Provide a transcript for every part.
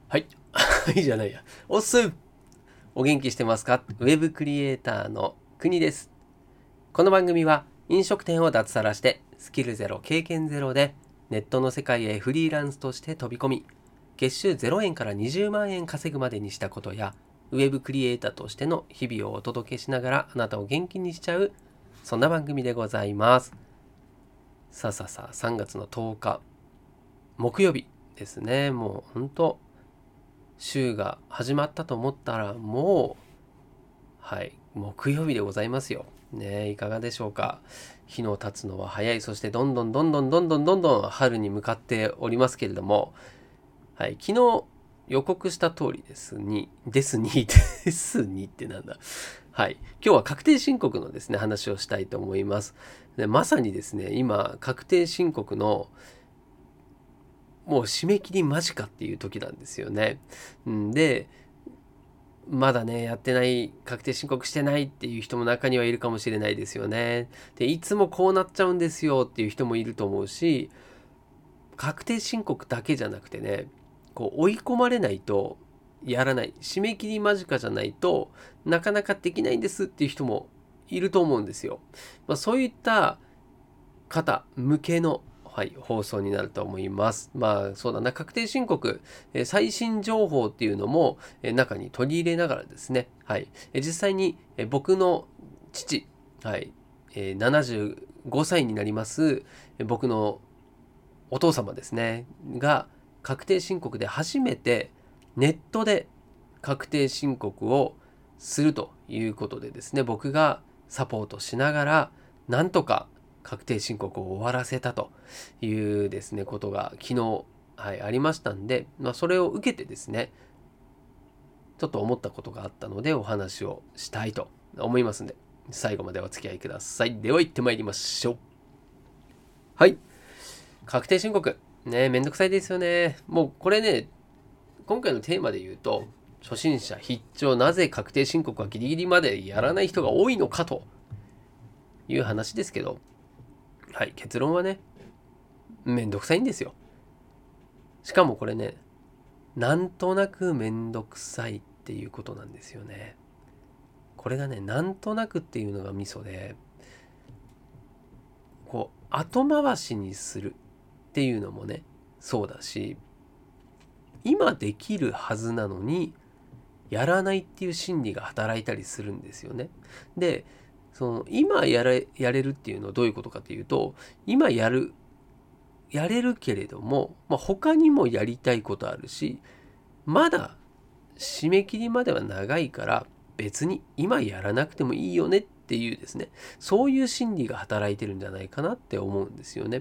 はい。いいじゃないや。おっす。お元気してますか？ウェブクリエイターの国です。この番組は飲食店を脱サラしてスキルゼロ、経験ゼロでネットの世界へフリーランスとして飛び込み、月収0円から20万円稼ぐまでにしたことや、ウェブクリエイターとしての日々をお届けしながらあなたを元気にしちゃう、そんな番組でございます。さあ、3月の10日、木曜日ですね。もう本当週が始まったと思ったらもう、木曜日でございますよ。ね、いかがでしょうか。日の経つのは早い。そしてどんどん春に向かっておりますけれども、昨日予告した通りですにってなんだ。今日は確定申告のですね、話をしたいと思います。で、まさにですね、今、確定申告のもう締め切り間近っていう時なんですよね。で、まだね、やってない、確定申告してないっていう人も中にはいるかもしれないですよね。で、いつもこうなっちゃうんですよっていう人もいると思うし、確定申告だけじゃなくてね、こう追い込まれないとやらない、締め切り間近じゃないとなかなかできないんですっていう人もいると思うんですよ。そういった方向けの、放送になると思います。そうだな、確定申告、最新情報っていうのも、中に取り入れながらですね、実際に、僕の父、75歳になります、僕のお父様ですね、が確定申告で初めてネットで確定申告をするということでですね、僕がサポートしながら、なんとか確定申告を終わらせたというですね、ことが昨日、ありましたんで、それを受けてですね、ちょっと思ったことがあったのでお話をしたいと思いますんで、最後までお付き合いください。では行ってまいりましょう。はい。確定申告。ね、めんどくさいですよね。もうこれね、今回のテーマで言うと、初心者必聴、なぜ確定申告はギリギリまでやらない人が多いのかという話ですけど、結論はね、めんどくさいんですよ。しかもこれね、なんとなくめんどくさいっていうことなんですよね。これがね、なんとなくっていうのがミソで、こう、後回しにするっていうのもね、そうだし、今できるはずなのに、やらないっていう心理が働いたりするんですよね。で、その今やれるっていうのはどういうことかというと、今やれるけれども、他にもやりたいことあるし、まだ締め切りまでは長いから別に今やらなくてもいいよねっていうですね、そういう心理が働いてるんじゃないかなって思うんですよね。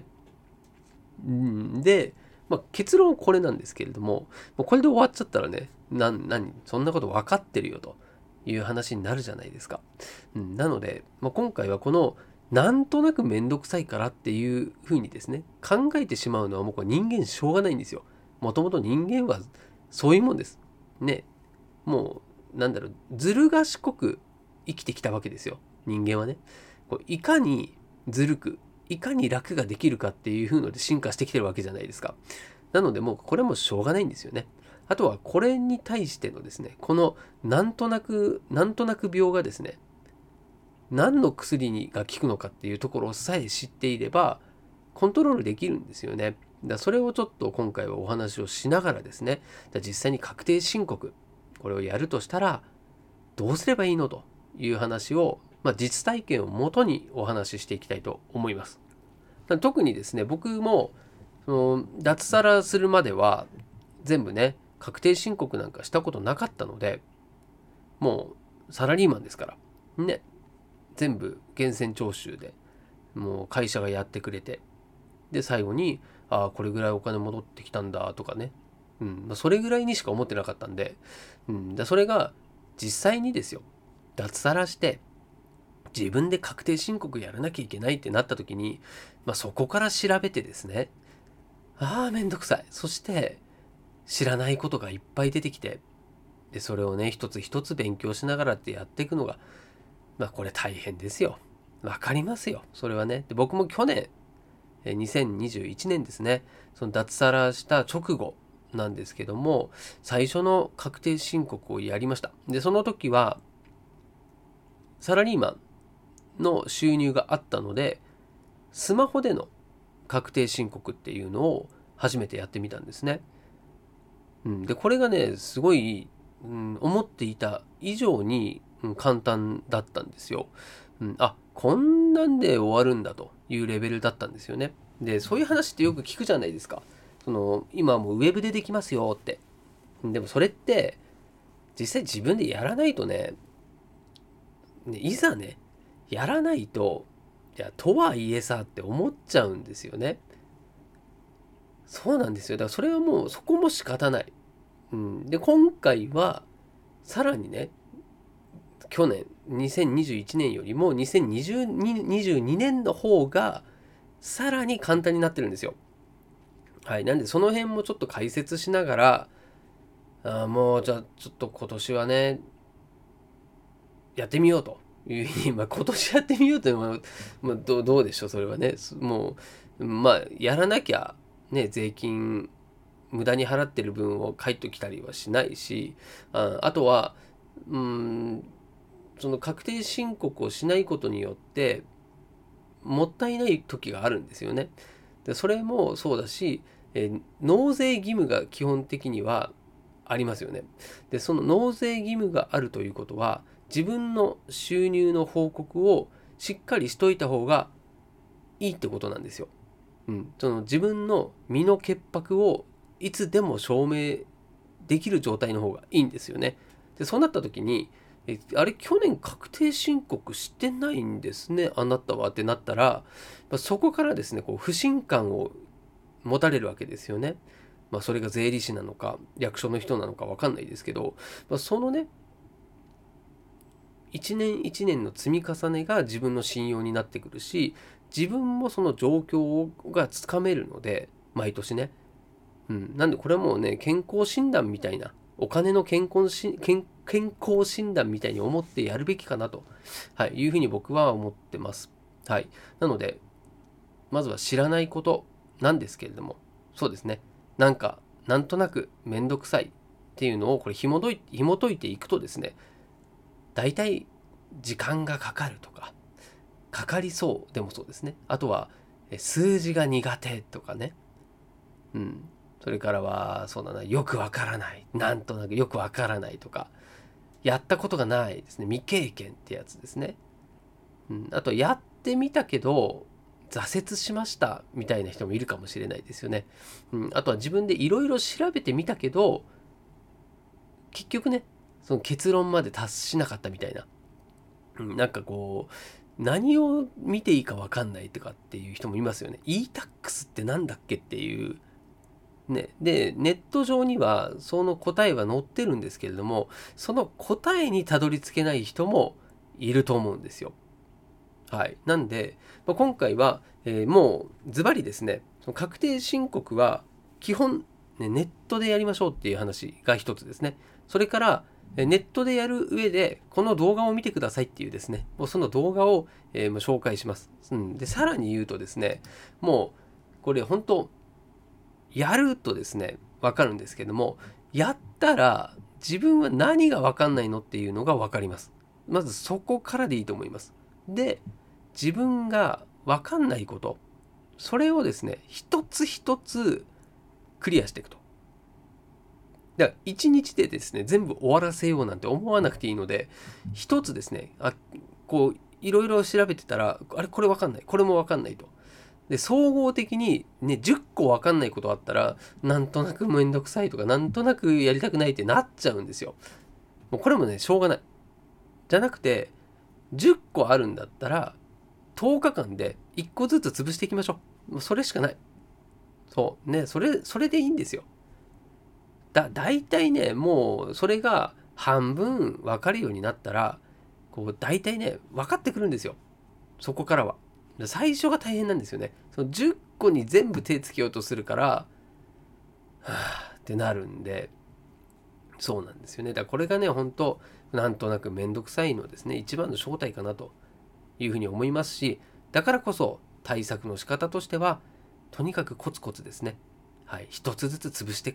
で、結論はこれなんですけれども、これで終わっちゃったらね、そんなこと分かってるよという話になるじゃないですか。なので、今回はこの、なんとなくめんどくさいからっていうふうにですね、考えてしまうのはもうこれ人間しょうがないんですよ。もともと人間はそういうもんです。ね。もう、ずる賢く生きてきたわけですよ。人間はね。いかにずるく、いかに楽ができるかっていう風ので進化してきてるわけじゃないですか。なのでもうこれもしょうがないんですよね。あとはこれに対してのですね、このなんとなく病がですね、何の薬が効くのかっていうところさえ知っていれば、コントロールできるんですよね。それをちょっと今回はお話をしながらですね、実際に確定申告、これをやるとしたら、どうすればいいのという話を、実体験をもとにお話ししていきたいと思います。特にですね、僕もその脱サラするまでは全部ね、確定申告なんかしたことなかったので、もうサラリーマンですからね、全部源泉徴収でもう会社がやってくれて、で最後にこれぐらいお金戻ってきたんだとかね、それぐらいにしか思ってなかったんで、それが実際にですよ、脱サラして自分で確定申告やらなきゃいけないってなった時に、そこから調べてですね、めんどくさい。そして知らないことがいっぱい出てきて、でそれをね一つ一つ勉強しながらってやっていくのが、これ大変ですよ。わかりますよ、それはね。で僕も去年2021年ですね、その脱サラした直後なんですけども、最初の確定申告をやりました。で、その時は、サラリーマンの収入があったので、スマホでの確定申告っていうのを初めてやってみたんですね。で、これがね、すごい、思っていた以上に、簡単だったんですよ。こんなんで終わるんだというレベルだったんですよね。で、そういう話ってよく聞くじゃないですか。今はもうウェブでできますよって。でもそれって、実際自分でやらないとね、いざね、やらないと、いや、とはいえさって思っちゃうんですよね。そうなんですよ。だからそれはもうそこも仕方ない。で、今回はさらにね、去年、2021年よりも2022年の方がさらに簡単になってるんですよ。はい。なんでその辺もちょっと解説しながら、もうじゃあちょっと今年はね、やってみようというふうに、今年やってみようというのは、どうでしょう、それはね。もう、やらなきゃ、ね、税金、無駄に払ってる分を返ってきたりはしないし、あとは、その確定申告をしないことによって、もったいない時があるんですよね。で、それもそうだし、納税義務が基本的にはありますよね。で、その納税義務があるということは、自分の収入の報告をしっかりしといた方がいいってことなんですよ。その自分の身の潔白をいつでも証明できる状態の方がいいんですよね。で、そうなった時に、あれ、去年確定申告してないんですね、あなたはってなったら、そこからですね、こう不信感を持たれるわけですよね。それが税理士なのか、役所の人なのか分かんないですけど、そのね、一年一年の積み重ねが自分の信用になってくるし、自分もその状況がつかめるので、毎年ね。なんでこれはもうね、健康診断みたいな、お金の健康診断みたいに思ってやるべきかなと、はい、いうふうに僕は思ってます。はい。なので、まずは知らないことなんですけれども、そうですね。なんとなくめんどくさいっていうのをこれ紐解いていくとですね、大体時間がかかるとか、かかりそうでもそうですね。あとは、数字が苦手とかね。それからは、そうだな、よくわからない。なんとなくよくわからないとか、やったことがないですね。未経験ってやつですね。あと、やってみたけど、挫折しましたみたいな人もいるかもしれないですよね。あとは自分でいろいろ調べてみたけど、結局ね、その結論まで達しなかったみたいな。なんかこう、何を見ていいかわかんないとかっていう人もいますよね。e-tax ってなんだっけっていうね。で、ネット上にはその答えは載ってるんですけれども、その答えにたどり着けない人もいると思うんですよ。はい。なんで、今回は、もうズバリですね、その確定申告は基本、ね、ネットでやりましょうっていう話が一つですね。それから、ネットでやる上で、この動画を見てくださいっていうですね、もうその動画を、もう紹介します。で、さらに言うとですね、もう、これ本当やるとですね、わかるんですけども、やったら自分は何がわかんないのっていうのがわかります。まずそこからでいいと思います。で、自分がわかんないこと、それをですね、一つ一つクリアしていくと。だから一日でですね、全部終わらせようなんて思わなくていいので、一つですね、こう、いろいろ調べてたら、あれ、これわかんない、これもわかんないと。で、総合的にね、10個わかんないことあったら、なんとなくめんどくさいとか、なんとなくやりたくないってなっちゃうんですよ。もうこれもね、しょうがない。じゃなくて、10個あるんだったら、10日間で1個ずつ潰していきましょう。もうそれしかない。そうね、それでいいんですよ。大体ね、もうそれが半分分かるようになったら、こう大体ね、分かってくるんですよ。そこからは。最初が大変なんですよね。その10個に全部手つけようとするから、はぁってなるんで、そうなんですよね。だからこれがね、本当なんとなくめんどくさいのですね、一番の正体かなというふうに思いますし、だからこそ対策の仕方としては、とにかくコツコツですね。はい、一つずつ潰していくと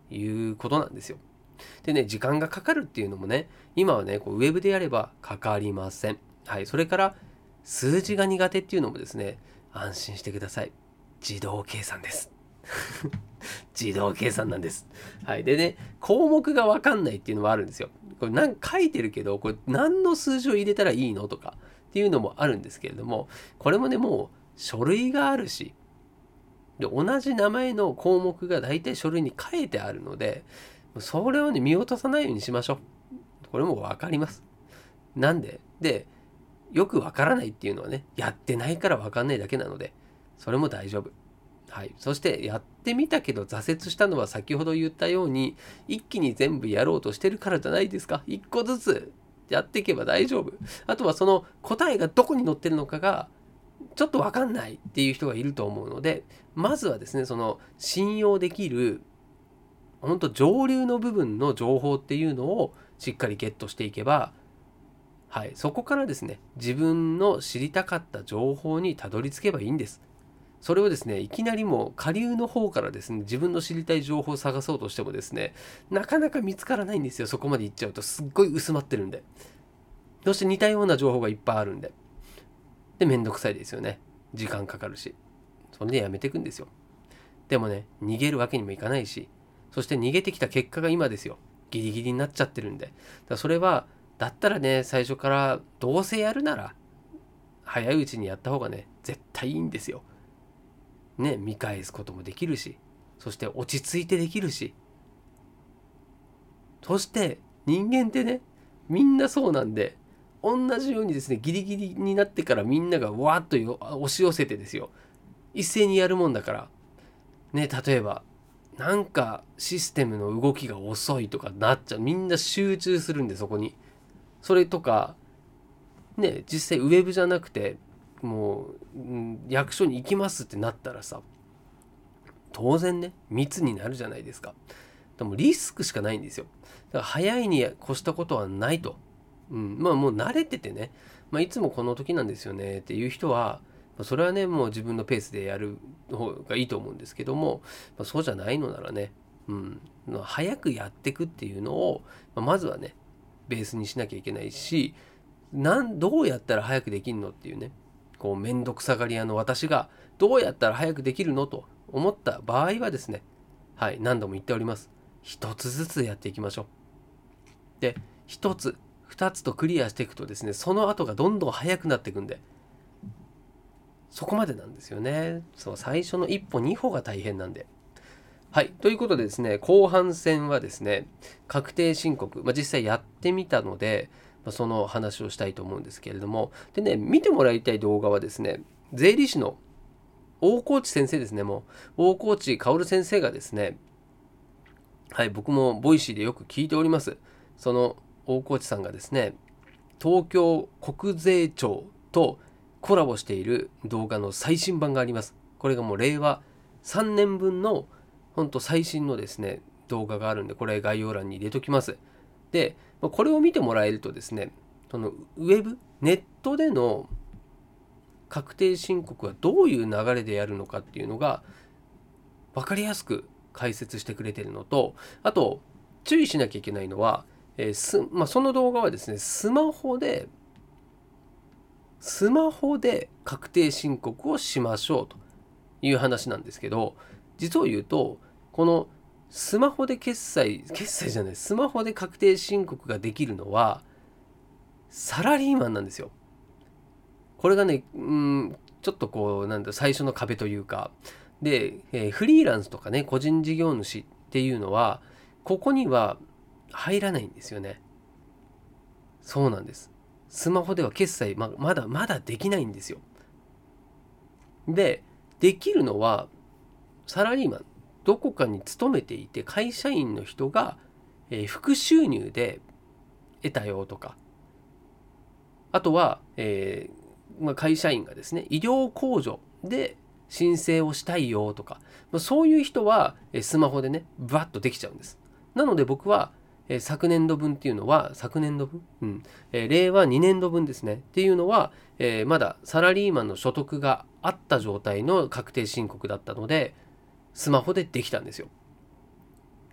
いうことなんですよ。でね、時間がかかるっていうのもね、今はね、ウェブでやればかかりません。はい。それから、数字が苦手っていうのもですね、安心してください。自動計算です。自動計算なんです。はい。でね、項目がわかんないっていうのもあるんですよ。これなんか書いてるけど、これ何の数字を入れたらいいのとかっていうのもあるんですけれども、これもね、もう書類があるし、で同じ名前の項目が大体書類に書いてあるので、それをね、見落とさないようにしましょう。これもわかります。なんで、よくわからないっていうのはね、やってないからわかんないだけなので、それも大丈夫。はい。そしてやってみたけど挫折したのは先ほど言ったように、一気に全部やろうとしてるからじゃないですか。一個ずつやっていけば大丈夫。あとはその答えがどこに載ってるのかがちょっとわかんないっていう人がいると思うので、まずはですね、その信用できる、本当上流の部分の情報っていうのをしっかりゲットしていけば、はい、そこからですね、自分の知りたかった情報にたどり着けばいいんです。それをですね、いきなりもう下流の方からですね、自分の知りたい情報を探そうとしてもですね、なかなか見つからないんですよ。そこまで行っちゃうとすっごい薄まってるんで。そして似たような情報がいっぱいあるんで。で、めんどくさいですよね。時間かかるし。それでやめていくんですよ。でもね、逃げるわけにもいかないし、そして逃げてきた結果が今ですよ。ギリギリになっちゃってるんで。だからそれは、だったらね、最初からどうせやるなら、早いうちにやった方がね、絶対いいんですよ。ね、見返すこともできるし、そして落ち着いてできるし、そして人間ってね、みんなそうなんで、同じようにですね、ギリギリになってからみんながわーっと押し寄せてですよ、一斉にやるもんだから、ね、例えば、なんかシステムの動きが遅いとかなっちゃう。みんな集中するんで、そこに。それとか、ね、実際ウェブじゃなくて、もう、役所に行きますってなったらさ、当然ね、密になるじゃないですか。でもリスクしかないんですよ。だから早いに越したことはないと。まあもう慣れててね、いつもこの時なんですよねっていう人は、それはね、もう自分のペースでやる方がいいと思うんですけども、そうじゃないのならね、早くやっていくっていうのを、まずはね、ベースにしなきゃいけないし、どうやったら早くできるのっていうね、こうめんどくさがり屋の私がどうやったら早くできるのと思った場合はですね、はい、何度も言っております。一つずつやっていきましょう。で、一つ、二つとクリアしていくとですね、その後がどんどん早くなっていくんで、そこまでなんですよね。そう、最初の一歩、二歩が大変なんで。はい。ということでですね、後半戦はですね、確定申告、実際やってみたので、その話をしたいと思うんですけれども、でね、見てもらいたい動画はですね、税理士の大河内先生ですね、もう、大河内薫先生がですね、はい、僕もボイシーでよく聞いております。その大河内さんがですね、東京国税庁とコラボしている動画の最新版があります。これがもう令和3年分の本当最新のですね、動画があるんで、これ概要欄に入れときます。で、これを見てもらえるとですね、そのウェブ、ネットでの確定申告はどういう流れでやるのかっていうのが分かりやすく解説してくれているのと、あと注意しなきゃいけないのは、その動画はですね、スマホで確定申告をしましょうという話なんですけど、実を言うと、このスマホでスマホで確定申告ができるのは、サラリーマンなんですよ。これがね、ちょっとこう、最初の壁というか、で、フリーランスとかね、個人事業主っていうのは、ここには入らないんですよね。そうなんです。スマホでは決済、まだできないんですよ。で、できるのは、サラリーマン、どこかに勤めていて、会社員の人が、副収入で得たよとか、あとは、会社員がですね、医療控除で申請をしたいよとか、そういう人はスマホでね、バッとできちゃうんです。なので僕は、昨年度分っていうのは、令和2年度分ですね、っていうのは、まだサラリーマンの所得があった状態の確定申告だったので、スマホでできたんですよ。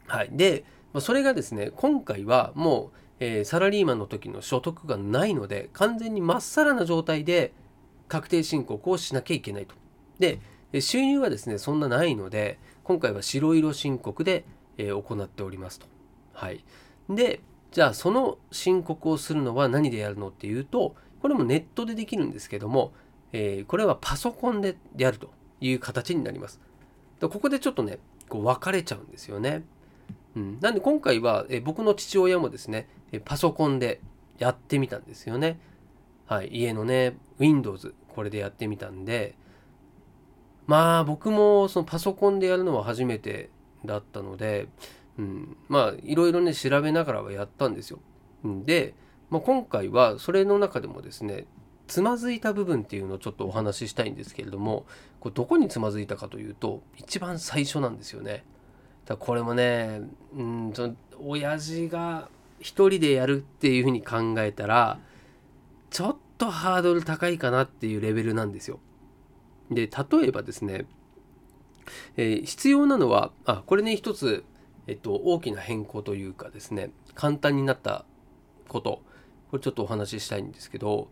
はい。で、それがですね、今回はもう、サラリーマンの時の所得がないので、完全にまっさらな状態で確定申告をしなきゃいけないと。で、収入はですね、そんなないので、今回は白色申告で、行っておりますと。はい。で、じゃあその申告をするのは何でやるのっていうと、これもネットでできるんですけども、これはパソコンでやるという形になります。ここでちょっとね、こう分かれちゃうんですよね。なんで今回は、僕の父親もですね、パソコンでやってみたんですよね。はい、家のね、Windows、これでやってみたんで、まあ僕もそのパソコンでやるのは初めてだったので、まあいろいろね、調べながらはやったんですよ。で、今回はそれの中でもですね、つまずいた部分っていうのをちょっとお話ししたいんですけれども、これどこにつまずいたかというと、一番最初なんですよね。これもね、その親父が一人でやるっていうふうに考えたら、ちょっとハードル高いかなっていうレベルなんですよ。で、例えばですね、必要なのは、これね、一つ、大きな変更というかですね、簡単になったこと、これちょっとお話ししたいんですけど、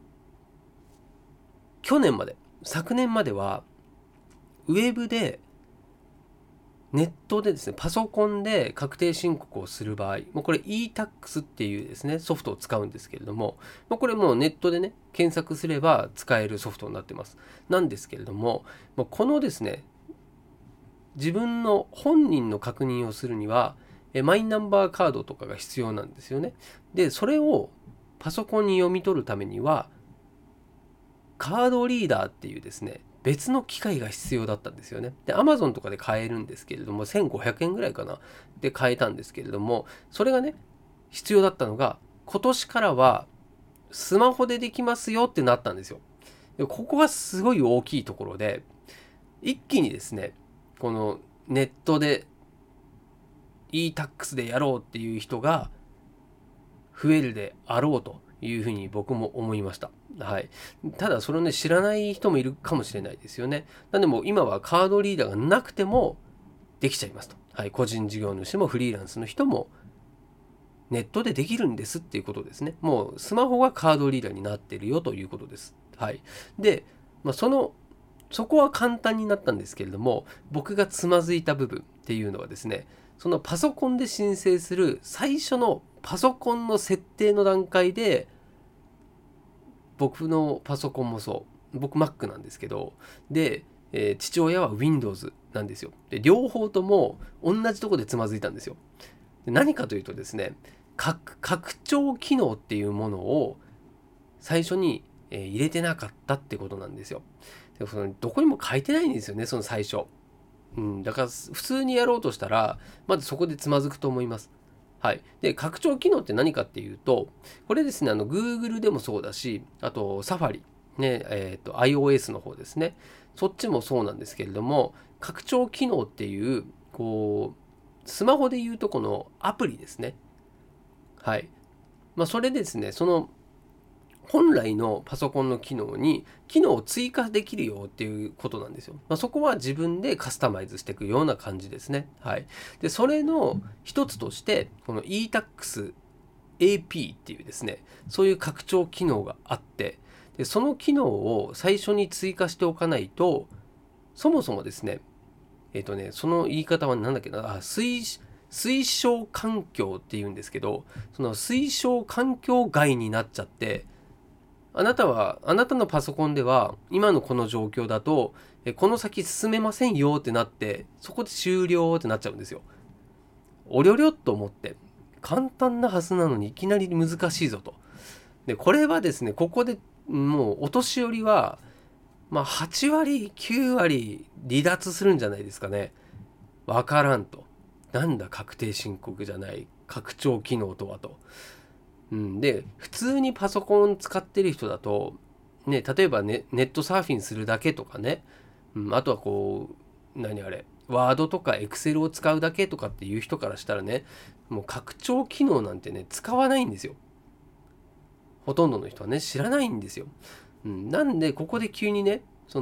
昨年までは、ウェブでネットでですね、パソコンで確定申告をする場合、もうこれ e-tax っていうですね、ソフトを使うんですけれども、これもうネットでね、検索すれば使えるソフトになってます。なんですけれども、このですね、自分の本人の確認をするには、マイナンバーカードとかが必要なんですよね。で、それをパソコンに読み取るためには、カードリーダーっていうですね、別の機械が必要だったんですよね。で、Amazon とかで買えるんですけれども、1500円ぐらいかな。で買えたんですけれども、それがね、必要だったのが、今年からはスマホでできますよってなったんですよ。で、ここがすごい大きいところで、一気にですね、このネットで e-tax でやろうっていう人が増えるであろうというふうに僕も思いました。はい。ただそれをね、知らない人もいるかもしれないですよね。なんでもう今はカードリーダーがなくてもできちゃいますと。はい。個人事業主もフリーランスの人もネットでできるんですっていうことですね。もうスマホがカードリーダーになってるよということです。はい。で、そこは簡単になったんですけれども、僕がつまずいた部分っていうのはですね、そのパソコンで申請する最初のパソコンの設定の段階で、僕のパソコンもそう、僕 Mac なんですけど、で、父親は Windows なんですよ。で、両方とも同じとこでつまずいたんですよ。で、何かというとですね、拡張機能っていうものを最初に入れてなかったってことなんですよ。で、どこにも書いてないんですよね、その最初。だから普通にやろうとしたら、まずそこでつまずくと思います。はい。で、拡張機能って何かっていうと、これですね、Google でもそうだし、あと Safari、ね、iOS の方ですね。そっちもそうなんですけれども、拡張機能っていう、こう、スマホでいうとこのアプリですね。はい。それですね、その本来のパソコンの機能に機能を追加できるよっていうことなんですよ。そこは自分でカスタマイズしていくような感じですね。はい。で、それの一つとして、この e-tax AP っていうですね、そういう拡張機能があって、で、その機能を最初に追加しておかないと、そもそもですね、その言い方は何だっけな、推奨環境っていうんですけど、その推奨環境外になっちゃって、あなたのパソコンでは、今のこの状況だと、この先進めませんよってなって、そこで終了ってなっちゃうんですよ。おりょりょっと思って、簡単なはずなのにいきなり難しいぞと。で、これはですね、ここでもうお年寄りは、8割、9割離脱するんじゃないですかね。わからんと。なんだ確定申告じゃない、拡張機能とはと。で、普通にパソコン使ってる人だと、ね、例えばネットサーフィンするだけとかね、あとはこう、何あれ、ワードとかエクセルを使うだけとかっていう人からしたらね、もう拡張機能なんてね、使わないんですよ。ほとんどの人はね、知らないんですよ。なんで、ここで急にね、その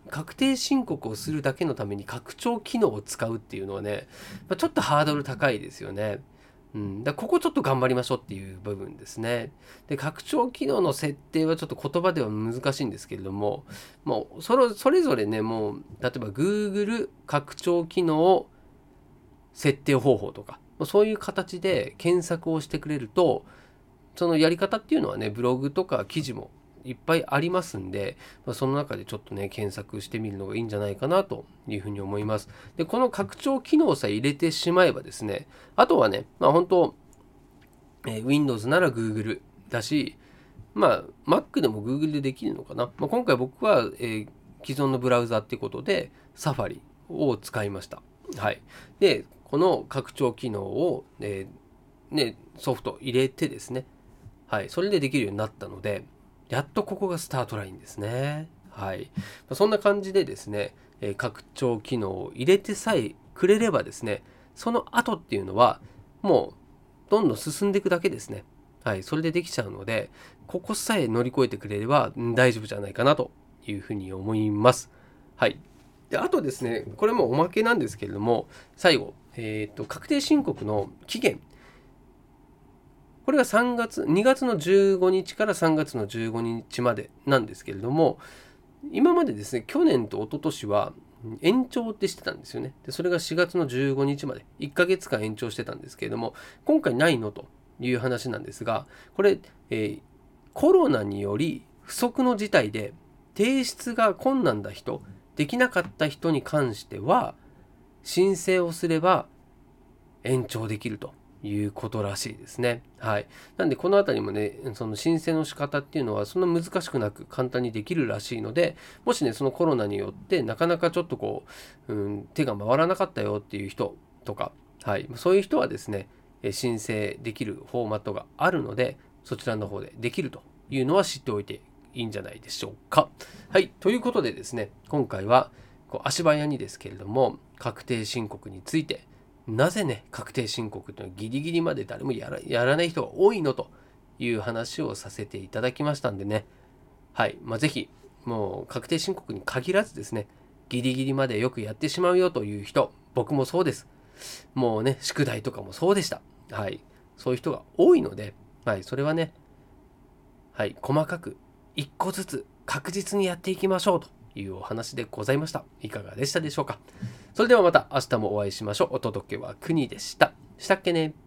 確定申告をするだけのために拡張機能を使うっていうのはね、ちょっとハードル高いですよね。ここちょっと頑張りましょうっていう部分ですね。で、拡張機能の設定はちょっと言葉では難しいんですけれども、もうそれぞれね、もう例えば Google 拡張機能設定方法とか、そういう形で検索をしてくれると、そのやり方っていうのはね、ブログとか記事もいっぱいありますんで、その中でちょっとね、検索してみるのがいいんじゃないかなというふうに思います。で、この拡張機能さえ入れてしまえばですね、あとはね、本当、Windows なら Google だし、Mac でも Google でできるのかな。今回僕は、既存のブラウザってことで Safari を使いました。はい。で、この拡張機能を、ソフト入れてですね、はい、それでできるようになったので、やっとここがスタートラインですね。はい。そんな感じでですね、拡張機能を入れてさえくれればですね、その後っていうのは、もうどんどん進んでいくだけですね。はい、それでできちゃうので、ここさえ乗り越えてくれれば大丈夫じゃないかなというふうに思います。はい。で、あとですね、これもおまけなんですけれども、最後、確定申告の期限。これが2月の15日から3月の15日までなんですけれども、今までですね、去年と一昨年は延長ってしてたんですよね。で、それが4月の15日まで、1ヶ月間延長してたんですけれども、今回ないのという話なんですが、これ、コロナにより不測の事態で提出が困難な人、できなかった人に関しては、申請をすれば延長できるということらしいですね。はい。なんでこのあたりもね、その申請の仕方っていうのはそんな難しくなく簡単にできるらしいので、もしね、そのコロナによってなかなかちょっと手が回らなかったよっていう人とか、はい。そういう人はですね、申請できるフォーマットがあるので、そちらの方でできるというのは知っておいていいんじゃないでしょうか。はい。ということでですね、今回は足早にですけれども、確定申告について、なぜね、確定申告というのはギリギリまで誰もやらない人が多いのという話をさせていただきましたんでね。はい。ぜひ、もう確定申告に限らずですね、ギリギリまでよくやってしまうよという人、僕もそうです。もうね、宿題とかもそうでした。はい。そういう人が多いので、はい。それはね、はい。細かく一個ずつ確実にやっていきましょうというお話でございました。いかがでしたでしょうか。それではまた明日もお会いしましょう。お届けは国でした。したっけね。